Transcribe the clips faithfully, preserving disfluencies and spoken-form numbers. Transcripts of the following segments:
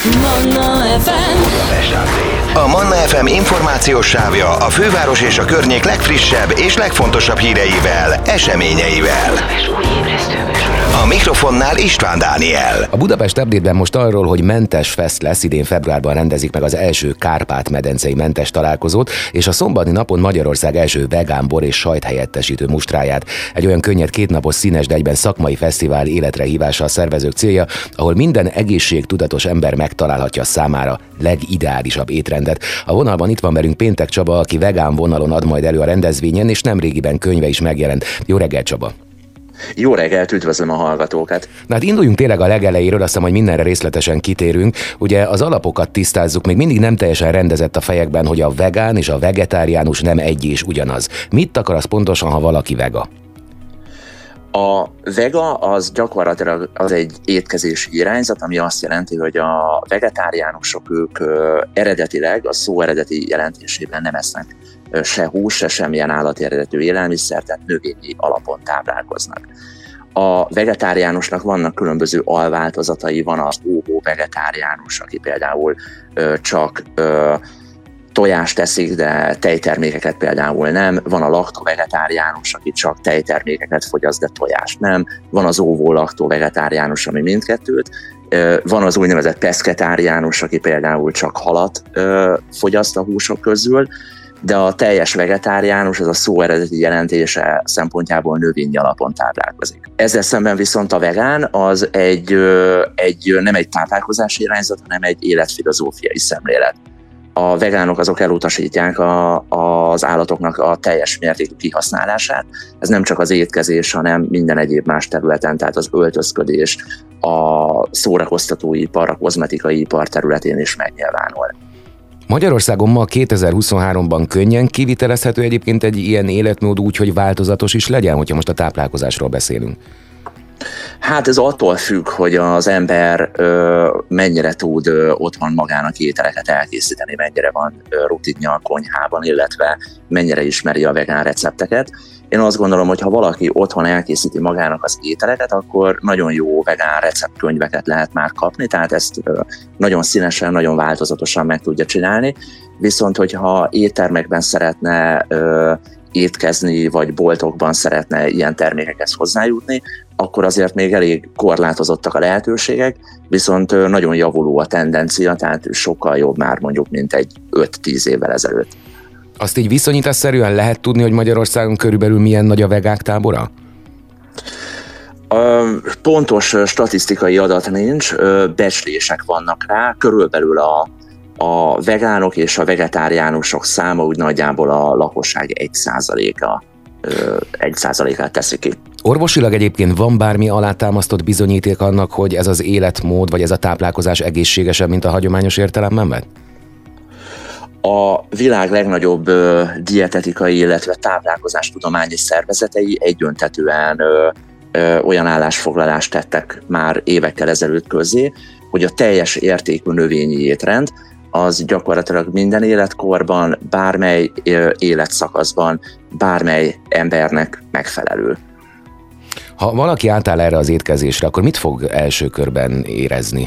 Manna ef em. A Manna ef em információs sávja a főváros és a környék legfrissebb és legfontosabb híreivel, eseményeivel. A mikrofonnál István Dániel. A Budapest Update-ben most arról, hogy Mentes Fest lesz, idén februárban rendezik meg az első Kárpát-medencei mentes találkozót, és a szombati napon Magyarország első vegán bor és sajthelyettesítő mustráját. Egy olyan könnyed kétnapos színes, de egyben szakmai fesztivál életre hívása a szervezők célja, ahol minden egészségtudatos ember megtalálhatja számára legideálisabb étrendet. A vonalban itt van velünk Péntek Csaba, aki vegán vonalon ad majd elő a rendezvényen, és nemrégiben könyve is megjelent. Jó reggelt, Csaba! Jó reggelt, üdvözlöm a hallgatókat! Na hát induljunk tényleg a legelejéről, azt hiszem, hogy mindenre részletesen kitérünk. Ugye az alapokat tisztázzuk, még mindig nem teljesen rendezett a fejekben, hogy a vegán és a vegetáriánus nem egy és ugyanaz. Mit akar az pontosan, ha valaki vega? A vega az gyakorlatilag az egy étkezési irányzat, ami azt jelenti, hogy a vegetáriánusok ők ö, eredetileg, a szó eredeti jelentésében nem esznek ö, se hús, se semmilyen állati eredetű élelmiszer, tehát növényi alapon táplálkoznak. A vegetáriánusnak vannak különböző alváltozatai, van az óvó vegetáriánus, aki például ö, csak ö, tojást teszik, de tejtermékeket például nem. Van a laktovegetáriánus, aki csak tejtermékeket fogyaszt, de tojást nem. Van az óvó-laktovegetáriánus, ami mindkettőt. Van az úgynevezett peszketáriánus, aki például csak halat fogyaszt a húsok közül, de a teljes vegetáriánus, ez a szó eredeti jelentése szempontjából növényi alapon táplálkozik. Ezzel szemben viszont a vegán az egy, egy nem egy táplálkozási irányzat, hanem egy életfilozófiai szemlélet. A vegánok azok elutasítják a, az állatoknak a teljes mértékű kihasználását. Ez nem csak az étkezés, hanem minden egyéb más területen, tehát az öltözködés, a szórakoztatóipar, a kozmetikai ipar területén is megnyilvánul. Magyarországon ma kétezer-huszonháromban könnyen kivitelezhető egyébként egy ilyen életmód úgy, hogy változatos is legyen, hogyha most a táplálkozásról beszélünk. Hát ez attól függ, hogy az ember ö, mennyire tud ö, otthon magának ételeket elkészíteni, mennyire van ö, rutinja a konyhában, illetve mennyire ismeri a vegán recepteket. Én azt gondolom, hogy ha valaki otthon elkészíti magának az ételeket, akkor nagyon jó vegán receptkönyveket lehet már kapni, tehát ezt ö, nagyon színesen, nagyon változatosan meg tudja csinálni. Viszont, hogyha éttermekben szeretne ö, étkezni, vagy boltokban szeretne ilyen termékekhez hozzájutni, akkor azért még elég korlátozottak a lehetőségek, viszont nagyon javuló a tendencia, tehát sokkal jobb már mondjuk, mint egy öt-tíz évvel ezelőtt. Azt így viszonyításszerűen lehet tudni, hogy Magyarországon körülbelül milyen nagy a vegák tábora? Pontos statisztikai adat nincs, becslések vannak rá, körülbelül a A vegánok és a vegetáriánusok száma úgy nagyjából a lakosság egy százaléka, egy százalékát teszi ki. Orvosilag egyébként van bármi alátámasztott bizonyíték annak, hogy ez az életmód, vagy ez a táplálkozás egészségesebb, mint a hagyományos értelemben vett? A világ legnagyobb ö, dietetikai, illetve táplálkozástudományi szervezetei egyöntetűen ö, ö, olyan állásfoglalást tettek már évekkel ezelőtt közzé, hogy a teljes értékű növényi étrend az gyakorlatilag minden életkorban, bármely életszakaszban, bármely embernek megfelelő. Ha valaki átáll erre az étkezésre, akkor mit fog első körben érezni?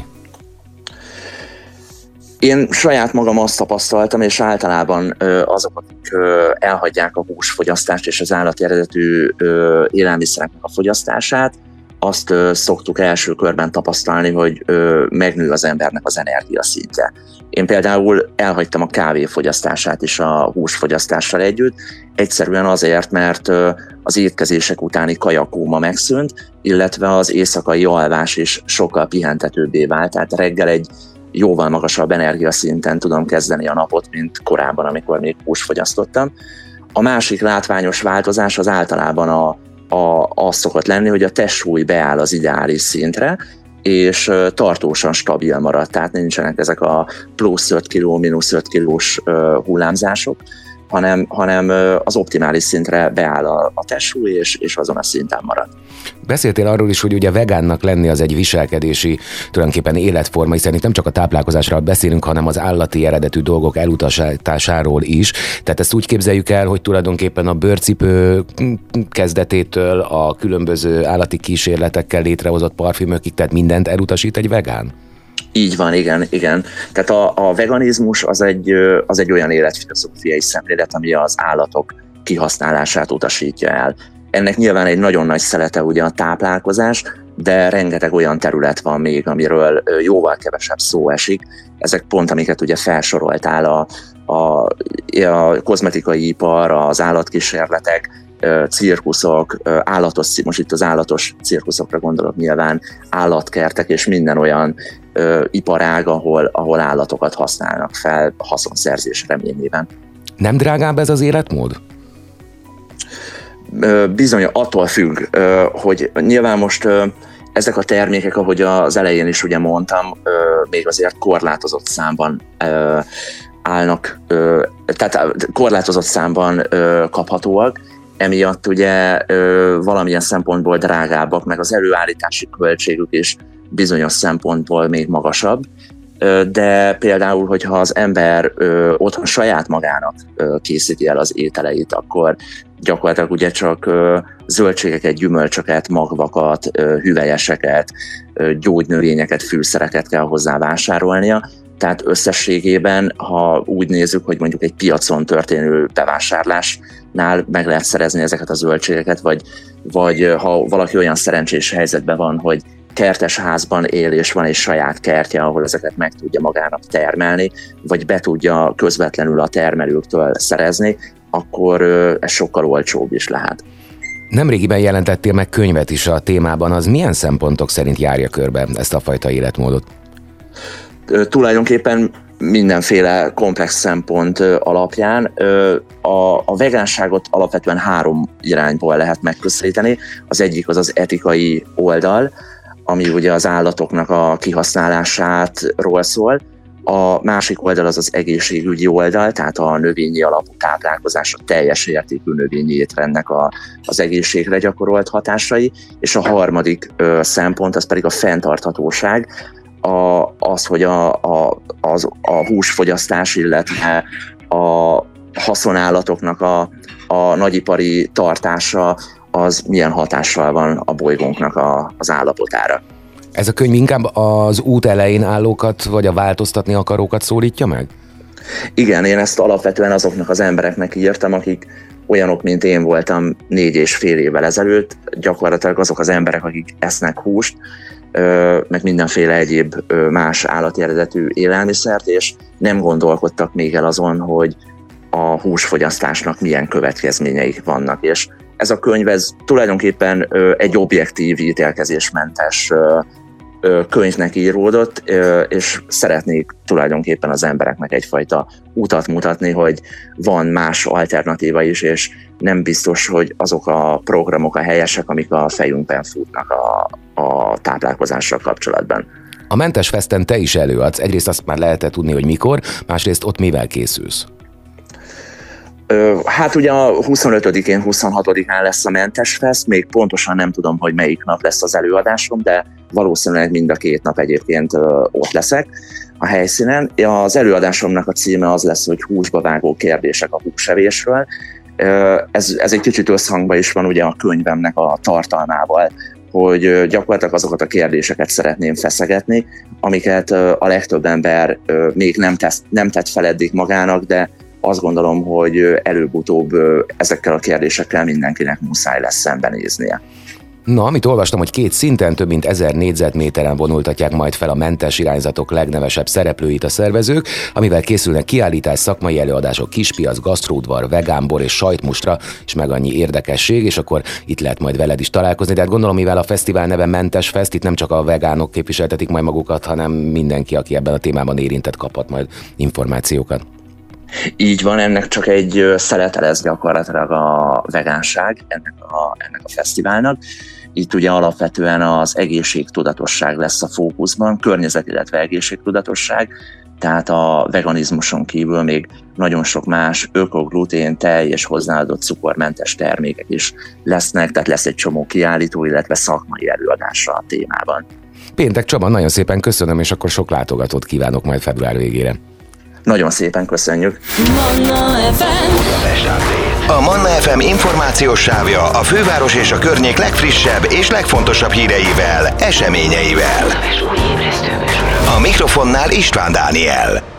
Én saját magam azt tapasztaltam, és általában azok, akik elhagyják a húsfogyasztást és az állati eredetű élelmiszereknek a fogyasztását, azt ö, szoktuk első körben tapasztalni, hogy ö, megnő az embernek az energiaszintje. Én például elhagytam a kávé fogyasztását is a húsfogyasztással együtt, egyszerűen azért, mert ö, az étkezések utáni kajakóma megszűnt, illetve az éjszakai alvás is sokkal pihentetőbbé vált, tehát reggel egy jóval magasabb energiaszinten tudom kezdeni a napot, mint korábban, amikor még húst fogyasztottam. A másik látványos változás az általában a A, az szokott lenni, hogy a testsúly beáll az ideális szintre, és tartósan stabil marad, tehát nincsenek ezek a plusz öt kiló, mínusz öt kilós hullámzások, hanem, hanem az optimális szintre beáll a, a testsúly, és, és azon a szinten marad. Beszéltél arról is, hogy ugye vegánnak lenni az egy viselkedési, tulajdonképpen életforma, hiszen itt nem csak a táplálkozásról beszélünk, hanem az állati eredetű dolgok elutasításáról is. Tehát ezt úgy képzeljük el, hogy tulajdonképpen a bőrcipő kezdetétől a különböző állati kísérletekkel létrehozott parfümökig, tehát mindent elutasít egy vegán? Így van, igen, igen. Tehát a, a veganizmus az egy, az egy olyan életfilozófiai szemlélet, ami az állatok kihasználását utasítja el. Ennek nyilván egy nagyon nagy szelete ugye a táplálkozás, de rengeteg olyan terület van még, amiről jóval kevesebb szó esik. Ezek pont, amiket ugye felsoroltál, a, a, a kozmetikai ipar, az állatkísérletek, cirkuszok, állatos, most itt az állatos cirkuszokra gondolok nyilván, állatkertek és minden olyan ö, iparág, ahol, ahol állatokat használnak fel haszonszerzés reményében. Nem drágább ez az életmód? Bizony, attól függ, hogy nyilván most ezek a termékek, ahogy az elején is ugye mondtam, még azért korlátozott számban állnak, tehát korlátozott számban kaphatóak, emiatt ugye valamilyen szempontból drágábbak, meg az előállítási költségük is bizonyos szempontból még magasabb, de például, hogyha az ember ö, otthon saját magának ö, készíti el az ételeit, akkor gyakorlatilag ugye csak ö, zöldségeket, gyümölcsöket, magvakat, ö, hüvelyeseket, ö, gyógynövényeket, fűszereket kell hozzá vásárolnia. Tehát összességében, ha úgy nézzük, hogy mondjuk egy piacon történő bevásárlásnál meg lehet szerezni ezeket a zöldségeket, vagy, vagy ha valaki olyan szerencsés helyzetben van, hogy kertes házban él, és van egy saját kertje, ahol ezeket meg tudja magának termelni, vagy be tudja közvetlenül a termelőktől szerezni, akkor ez sokkal olcsóbb is lehet. Nemrégiben jelentettél meg könyvet is a témában, az milyen szempontok szerint járja körbe ezt a fajta életmódot? Tulajdonképpen mindenféle komplex szempont alapján. A, a vegánságot alapvetően három irányból lehet megközelíteni. Az egyik az az etikai oldal, ami ugye az állatoknak a kihasználásátról szól. A másik oldal az az egészségügyi oldal, tehát a növényi alapú táplálkozás, a teljes értékű növényi étrendnek a, az egészségre gyakorolt hatásai, és a harmadik ö, szempont az pedig a fenntarthatóság, a, az, hogy a, a, az, a húsfogyasztás, illetve a haszonállatoknak a, a nagyipari tartása az milyen hatással van a bolygónknak a, az állapotára. Ez a könyv inkább az út elején állókat, vagy a változtatni akarókat szólítja meg? Igen, én ezt alapvetően azoknak az embereknek írtam, akik olyanok, mint én voltam négy és fél évvel ezelőtt, gyakorlatilag azok az emberek, akik esznek húst, meg mindenféle egyéb más állati eredetű élelmiszert, és nem gondolkodtak még el azon, hogy a húsfogyasztásnak milyen következményeik vannak. És ez a könyv ez tulajdonképpen egy objektív, ítélkezésmentes könyvnek íródott, és szeretnék tulajdonképpen az embereknek egyfajta utat mutatni, hogy van más alternatíva is, és nem biztos, hogy azok a programok a helyesek, amik a fejünkben futnak a, a táplálkozással kapcsolatban. A Mentes Festen te is előadsz. Egyrészt azt már lehet tudni, hogy mikor, másrészt ott mivel készülsz? Hát ugye a huszonötödikén, huszonhatodikán lesz a Mentes Fest, még pontosan nem tudom, hogy melyik nap lesz az előadásom, de valószínűleg mind a két nap egyébként ott leszek a helyszínen. Az előadásomnak a címe az lesz, hogy húsba vágó kérdések a húsevésről. Ez, ez egy kicsit összhangban is van ugye a könyvemnek a tartalmával, hogy gyakorlatilag azokat a kérdéseket szeretném feszegetni, amiket a legtöbb ember még nem, tesz, nem tett fel eddig magának, de azt gondolom, hogy előbb-utóbb ezekkel a kérdésekkel mindenkinek muszáj lesz szembenéznie. Na, amit olvastam, hogy két szinten több mint ezer négyzetméteren vonultatják majd fel a mentes irányzatok legnevesebb szereplőit a szervezők, amivel készülnek kiállítás, szakmai előadások, kispiac, gasztródvar, vegánbor és sajtmustra, és meg annyi érdekesség, és akkor itt lehet majd veled is találkozni. De hát gondolom, mivel a fesztivál neve Mentes Fest, itt nem csak a vegánok képviseltetik majd magukat, hanem mindenki, aki ebben a témában érintett, kaphat majd információkat. Így van, ennek csak egy szelete lesz gyakorlatilag a vegánság ennek a, ennek a fesztiválnak. Itt ugye alapvetően az egészségtudatosság lesz a fókuszban, környezet, illetve egészségtudatosság, tehát a veganizmuson kívül még nagyon sok más öko, glutén, tej és hozzáadott cukormentes termékek is lesznek, tehát lesz egy csomó kiállító, illetve szakmai előadásra a témában. Péntek Csaba, nagyon szépen köszönöm, és akkor sok látogatót kívánok majd február végére. Nagyon szépen köszönjük. Manna ef em. A Manna ef em információs sávja a főváros és a környék legfrissebb és legfontosabb híreivel, eseményeivel. A mikrofonnál István Dániel.